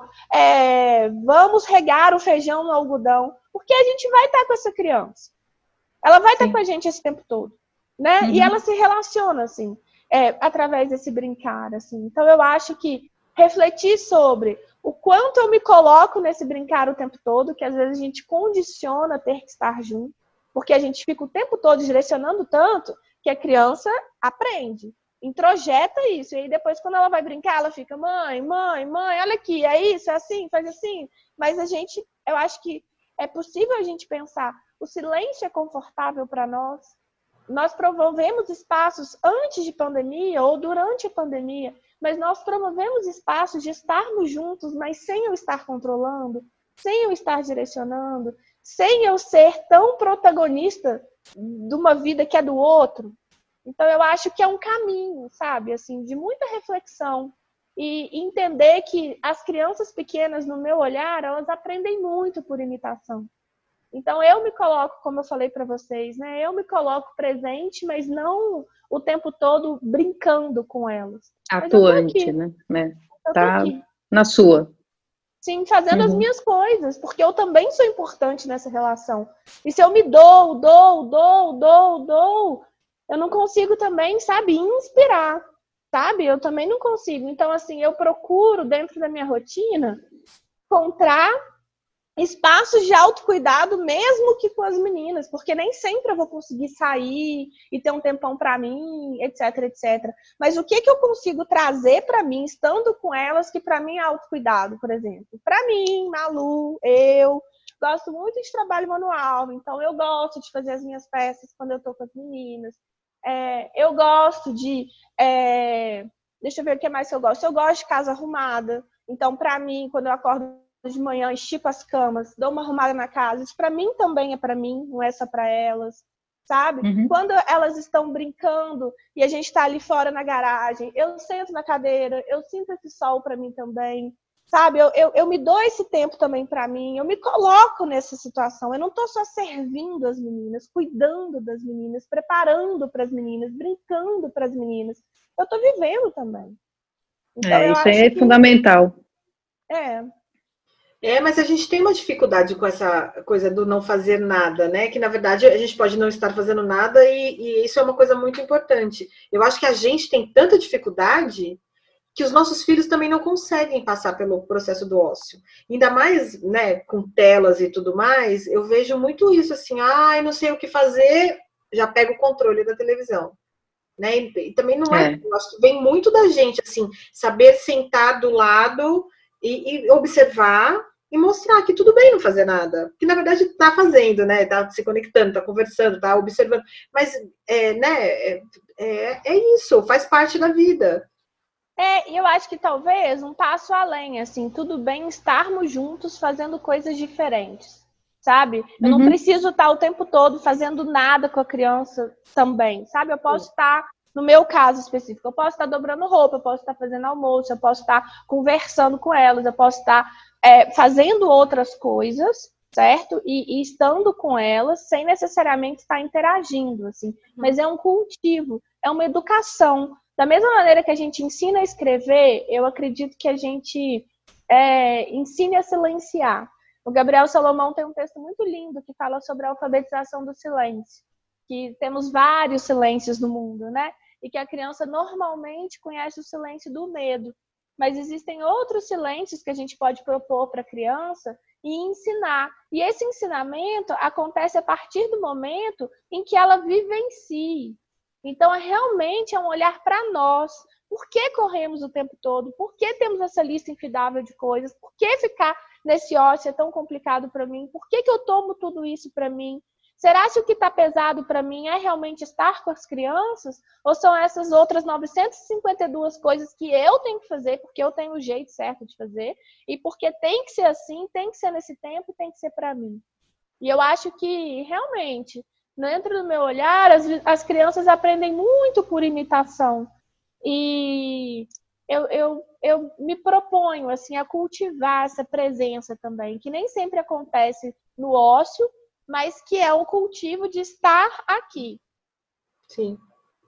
vamos regar o feijão no algodão, porque a gente vai estar com essa criança. Ela vai estar com a gente esse tempo todo, né? E ela se relaciona, assim, através desse brincar, assim. Então, eu acho que refletir sobre o quanto eu me coloco nesse brincar o tempo todo, que às vezes a gente condiciona a ter que estar junto, porque a gente fica o tempo todo direcionando tanto que a criança aprende, introjeta isso. E aí depois, quando ela vai brincar, ela fica, mãe, olha aqui, é isso, é assim, faz assim. Mas eu acho que é possível a gente pensar, o silêncio é confortável para nós. Nós promovemos espaços antes de pandemia ou durante a pandemia, mas nós promovemos espaços de estarmos juntos, mas sem eu estar controlando, sem eu estar direcionando, sem eu ser tão protagonista de uma vida que é do outro. Então, eu acho que é um caminho, sabe, assim, de muita reflexão e entender que as crianças pequenas, no meu olhar, elas aprendem muito por imitação. Então, eu me coloco, como eu falei para vocês, né? Eu me coloco presente, mas não o tempo todo brincando com elas. Atuante, né? Tá na sua. Sim, fazendo as minhas coisas, porque eu também sou importante nessa relação. E se eu me dou, eu não consigo também, sabe, inspirar, sabe? Eu também não consigo. Então, assim, eu procuro, dentro da minha rotina, encontrar espaços de autocuidado, mesmo que com as meninas, porque nem sempre eu vou conseguir sair e ter um tempão para mim, etc, etc. Mas o que eu consigo trazer para mim, estando com elas, que para mim é autocuidado, por exemplo? Para mim, Malu, eu gosto muito de trabalho manual, então eu gosto de fazer as minhas peças quando eu tô com as meninas. Eu gosto de... deixa eu ver o que mais eu gosto. Eu gosto de casa arrumada. Então, para mim, quando eu acordo de manhã, estico as camas, dou uma arrumada na casa. Isso para mim também é para mim, não é só para elas, sabe? Quando elas estão brincando e a gente está ali fora na garagem, eu sento na cadeira, eu sinto esse sol para mim também, sabe? Eu me dou esse tempo também para mim, eu me coloco nessa situação. Eu não estou só servindo as meninas, cuidando das meninas, preparando para as meninas, brincando para as meninas. Eu estou vivendo também. Então, isso é fundamental. Mas a gente tem uma dificuldade com essa coisa do não fazer nada, né? Que, na verdade, a gente pode não estar fazendo nada e isso é uma coisa muito importante. Eu acho que a gente tem tanta dificuldade que os nossos filhos também não conseguem passar pelo processo do ócio. Ainda mais, né, com telas e tudo mais, eu vejo muito isso, assim, eu não sei o que fazer, já pego o controle da televisão. Né? E também não eu acho que vem muito da gente, assim, saber sentar do lado e observar e mostrar que tudo bem não fazer nada. Que, na verdade, está fazendo, né? Está se conectando, está conversando, está observando. Mas, isso, faz parte da vida. E eu acho que talvez um passo além, assim, tudo bem estarmos juntos fazendo coisas diferentes, sabe? Eu não preciso estar o tempo todo fazendo nada com a criança também, sabe? Eu posso estar, no meu caso específico, eu posso estar dobrando roupa, eu posso estar fazendo almoço, eu posso estar conversando com elas, eu posso estar fazendo outras coisas, certo? E estando com elas sem necessariamente estar interagindo, assim. Mas é um cultivo, é uma educação. Da mesma maneira que a gente ensina a escrever, eu acredito que a gente ensine a silenciar. O Gabriel Salomão tem um texto muito lindo que fala sobre a alfabetização do silêncio, que temos vários silêncios no mundo, né? E que a criança normalmente conhece o silêncio do medo. Mas existem outros silêncios que a gente pode propor para a criança e ensinar. E esse ensinamento acontece a partir do momento em que ela vivencie. Então, realmente é um olhar para nós. Por que corremos o tempo todo? Por que temos essa lista infindável de coisas? Por que ficar nesse ócio é tão complicado para mim? Por que eu tomo tudo isso para mim? Será que o que está pesado para mim é realmente estar com as crianças? Ou são essas outras 952 coisas que eu tenho que fazer, porque eu tenho o jeito certo de fazer, e porque tem que ser assim, tem que ser nesse tempo, tem que ser para mim? E eu acho que, realmente, dentro do meu olhar, as crianças aprendem muito por imitação. E eu me proponho assim, a cultivar essa presença também, que nem sempre acontece no ócio, mas que é o cultivo de estar aqui. Sim.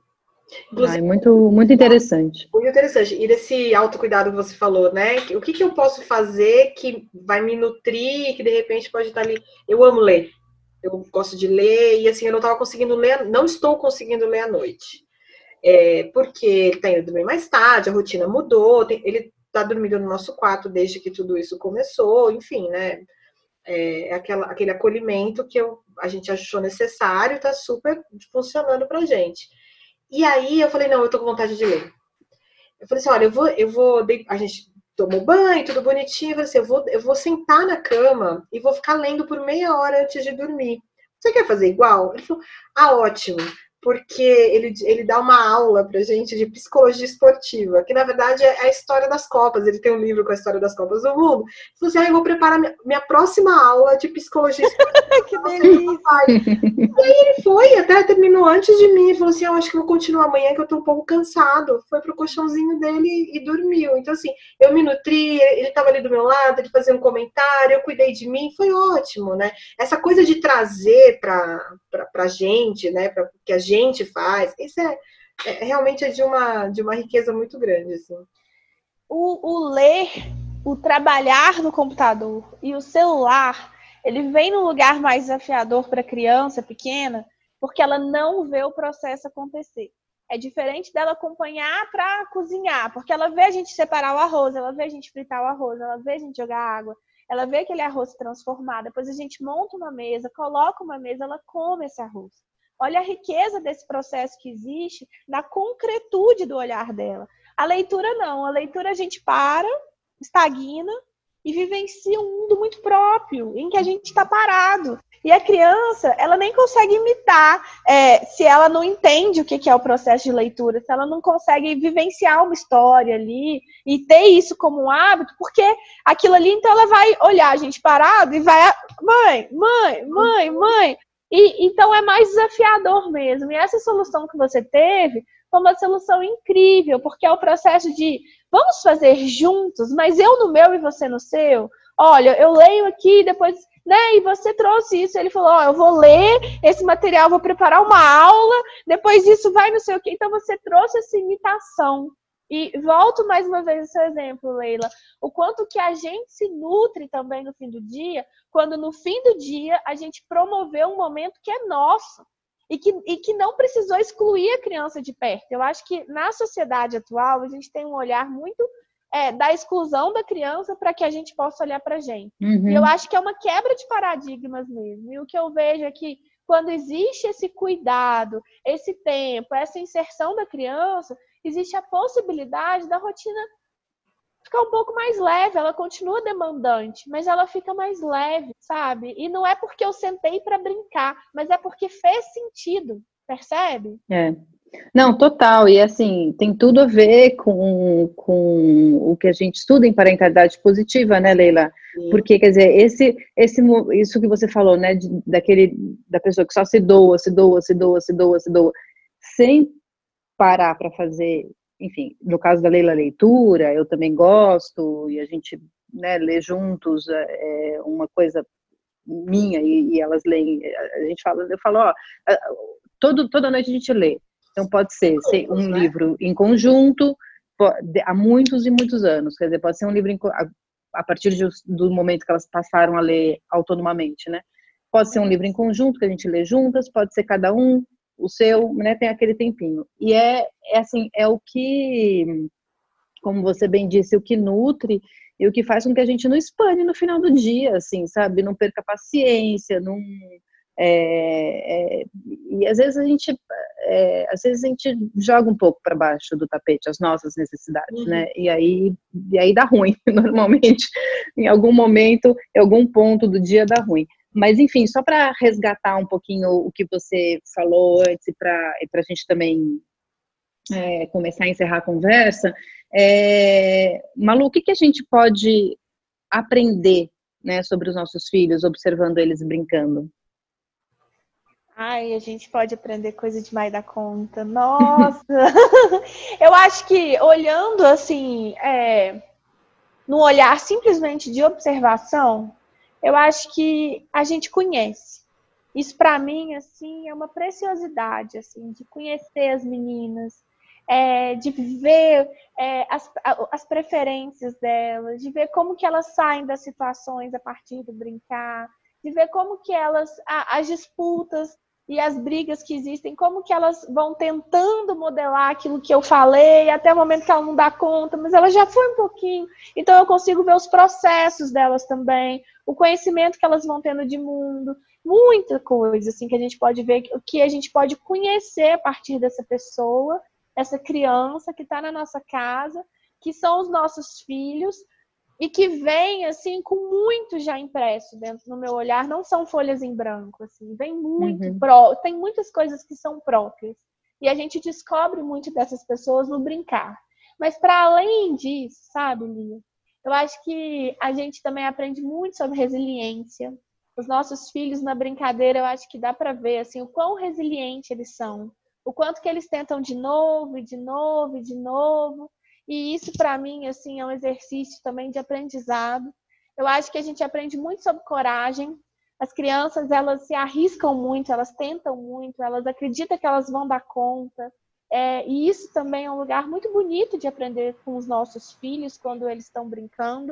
Muito, muito interessante. Muito interessante. E desse autocuidado que você falou, né? O que eu posso fazer que vai me nutrir, que de repente pode estar ali. Eu amo ler. Eu gosto de ler, e assim, eu não estava conseguindo ler, não estou conseguindo ler à noite. Porque ele está indo dormir mais tarde, a rotina mudou, ele está dormindo no nosso quarto desde que tudo isso começou, enfim, né? Aquele acolhimento que a gente achou necessário, está super funcionando pra gente. E aí eu falei, não, eu tô com vontade de ler. Eu falei assim, olha, a gente tomou banho, tudo bonitinho, eu falei assim, eu vou sentar na cama e vou ficar lendo por meia hora antes de dormir. Você quer fazer igual? Ele falou, ótimo, porque ele dá uma aula pra gente de psicologia esportiva, que na verdade é a história das Copas. Ele tem um livro com a história das Copas do Mundo. Ele falou assim, eu vou preparar minha próxima aula de psicologia esportiva. Que delícia! E aí ele foi, até terminou antes de mim. Ele falou assim, eu acho que eu vou continuar amanhã, que eu tô um pouco cansado. Foi pro colchãozinho dele e dormiu. Então assim, eu me nutri, ele tava ali do meu lado, ele fazia um comentário, eu cuidei de mim, foi ótimo, né? Essa coisa de trazer pra gente, né, pra que a gente faz, isso realmente é de uma riqueza muito grande, assim. O ler, o trabalhar no computador e o celular, ele vem num lugar mais desafiador para a criança pequena, porque ela não vê o processo acontecer. É diferente dela acompanhar para cozinhar, porque ela vê a gente separar o arroz, ela vê a gente fritar o arroz, ela vê a gente jogar água, ela vê aquele arroz se transformar, depois a gente monta uma mesa, coloca uma mesa, ela come esse arroz. Olha a riqueza desse processo que existe na concretude do olhar dela. A leitura não. A leitura a gente para, estagna e vivencia um mundo muito próprio, em que a gente está parado. E a criança, ela nem consegue imitar se ela não entende o que é o processo de leitura, se ela não consegue vivenciar uma história ali e ter isso como um hábito, porque aquilo ali, então ela vai olhar a gente parado e vai, mãe. E então é mais desafiador mesmo. E essa solução que você teve foi uma solução incrível, porque é o processo de vamos fazer juntos, mas eu no meu e você no seu. Olha, eu leio aqui, depois, né? E você trouxe isso. Ele falou, eu vou ler esse material, vou preparar uma aula, depois isso vai não sei o quê. Então você trouxe essa imitação. E volto mais uma vez ao seu exemplo, Leila, o quanto que a gente se nutre também no fim do dia, quando no fim do dia a gente promoveu um momento que é nosso e que não precisou excluir a criança de perto. Eu acho que na sociedade atual a gente tem um olhar muito da exclusão da criança para que a gente possa olhar para a gente. E eu acho que é uma quebra de paradigmas mesmo. E o que eu vejo é que quando existe esse cuidado, esse tempo, essa inserção da criança, existe a possibilidade da rotina ficar um pouco mais leve. Ela continua demandante, mas ela fica mais leve, sabe? E não é porque eu sentei para brincar, mas é porque fez sentido, percebe? Não, total. E assim, tem tudo a ver com o que a gente estuda em parentalidade positiva, né, Leila? Sim. Porque, quer dizer, isso que você falou, né, da pessoa que só se doa, sem parar para fazer, enfim, no caso da Leila, leitura, eu também gosto, e a gente, né, lê juntos, uma coisa minha, e elas leem, eu falo, toda noite a gente lê. Então pode ser um livro em conjunto, há muitos e muitos anos, quer dizer, pode ser um livro a partir do momento que elas passaram a ler autonomamente, né? Pode ser um livro em conjunto, que a gente lê juntas, pode ser cada um o seu, né? Tem aquele tempinho. E assim, é o que, como você bem disse, o que nutre e o que faz com que a gente não espane no final do dia, assim, sabe? Não perca a paciência, não... e às vezes a gente joga um pouco para baixo do tapete as nossas necessidades, né? E aí dá ruim, normalmente, em algum momento, em algum ponto do dia dá ruim. Mas, enfim, só para resgatar um pouquinho o que você falou antes e para a gente também começar a encerrar a conversa, Malu, o que a gente pode aprender, né, sobre os nossos filhos, observando eles brincando? Ai, a gente pode aprender coisa demais da conta. Nossa! Eu acho que olhando assim, no olhar simplesmente de observação, eu acho que a gente conhece. Isso para mim assim é uma preciosidade, assim, de conhecer as meninas, de ver as preferências delas, de ver como que elas saem das situações a partir do brincar, de ver como que elas, as disputas e as brigas que existem, como que elas vão tentando modelar aquilo que eu falei, até o momento que ela não dá conta, mas ela já foi um pouquinho, então eu consigo ver os processos delas também, o conhecimento que elas vão tendo de mundo, muita coisa assim que a gente pode ver, que a gente pode conhecer a partir dessa pessoa, essa criança que está na nossa casa, que são os nossos filhos, e que vem, assim, com muito já impresso dentro do meu olhar, não são folhas em branco, assim, vem muito, tem muitas coisas que são próprias, e a gente descobre muito dessas pessoas no brincar. Mas para além disso, sabe, Lia, eu acho que a gente também aprende muito sobre resiliência. Os nossos filhos na brincadeira, eu acho que dá para ver, assim, o quão resilientes eles são, o quanto que eles tentam de novo, e de novo, e de novo. E isso, para mim, assim, é um exercício também de aprendizado. Eu acho que a gente aprende muito sobre coragem. As crianças, elas se arriscam muito, elas tentam muito, elas acreditam que elas vão dar conta. E isso também é um lugar muito bonito de aprender com os nossos filhos quando eles estão brincando.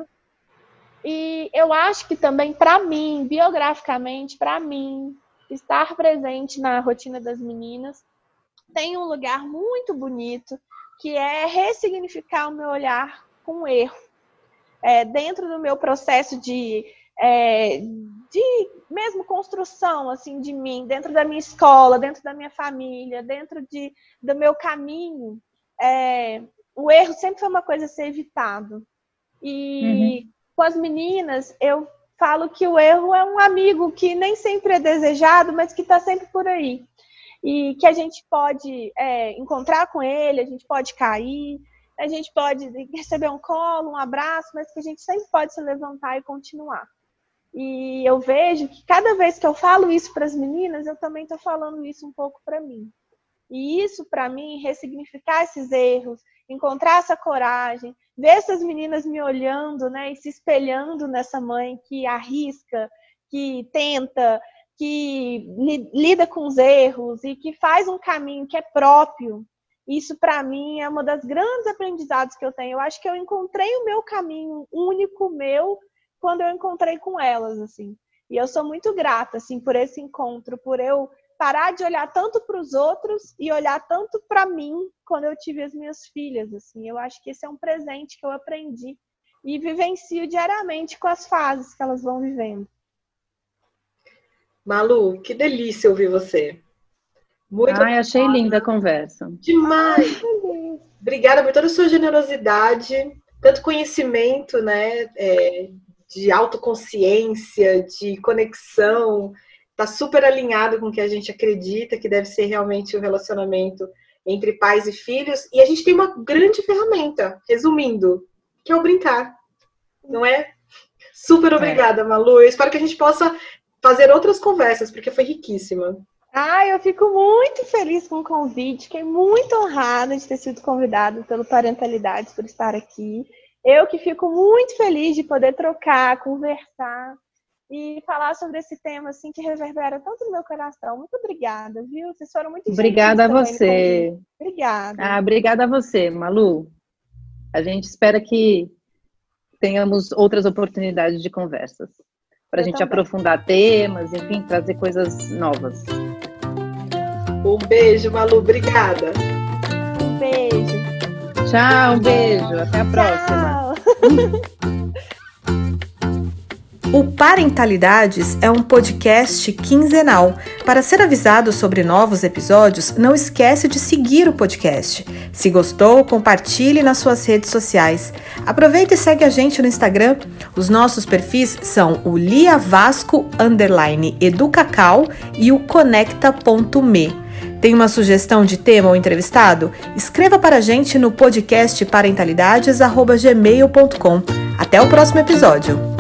E eu acho que também, para mim, biograficamente, para mim, estar presente na rotina das meninas tem um lugar muito bonito, que é ressignificar o meu olhar com o erro. Dentro do meu processo de mesmo construção assim, de mim, dentro da minha escola, dentro da minha família, dentro do meu caminho, o erro sempre foi uma coisa a ser evitado. E com as meninas, eu falo que o erro é um amigo que nem sempre é desejado, mas que está sempre por aí. E que a gente pode encontrar com ele, a gente pode cair, a gente pode receber um colo, um abraço, mas que a gente sempre pode se levantar e continuar. E eu vejo que cada vez que eu falo isso para as meninas, eu também estou falando isso um pouco para mim. E isso, para mim, ressignificar esses erros, encontrar essa coragem, ver essas meninas me olhando, né, e se espelhando nessa mãe que arrisca, que tenta, que lida com os erros e que faz um caminho que é próprio. Isso, para mim, é uma das grandes aprendizados que eu tenho. Eu acho que eu encontrei o meu caminho único meu quando eu encontrei com elas, assim. E eu sou muito grata, assim, por esse encontro, por eu parar de olhar tanto para os outros e olhar tanto para mim quando eu tive as minhas filhas, assim. Eu acho que esse é um presente que eu aprendi e vivencio diariamente com as fases que elas vão vivendo. Malu, que delícia ouvir você. Muito achei linda a conversa. Demais. Obrigada por toda a sua generosidade, tanto conhecimento, né, de autoconsciência, de conexão. Está super alinhado com o que a gente acredita que deve ser realmente o relacionamento entre pais e filhos. E a gente tem uma grande ferramenta, resumindo, que é o brincar. Não é? Super obrigada, Malu. Eu espero que a gente possa fazer outras conversas, porque foi riquíssima. Eu fico muito feliz com o convite. Fiquei muito honrada de ter sido convidada pelo Parentalidades, por estar aqui. Eu que fico muito feliz de poder trocar, conversar e falar sobre esse tema assim que reverbera tanto no meu coração. Muito obrigada, viu? Vocês foram muito gentis. Obrigada a você. Obrigada. Obrigada a você, Malu. A gente espera que tenhamos outras oportunidades de conversas. Para a gente aprofundar temas, enfim, trazer coisas novas. Um beijo, Malu, obrigada. Um beijo. Tchau, um beijo, até a próxima. O Parentalidades é um podcast quinzenal. Para ser avisado sobre novos episódios, não esquece de seguir o podcast. Se gostou, compartilhe nas suas redes sociais. Aproveita e segue a gente no Instagram. Os nossos perfis são o liavasco_educacau e o conecta.me. Tem uma sugestão de tema ou entrevistado? Escreva para a gente no podcast parentalidades@gmail.com. Até o próximo episódio!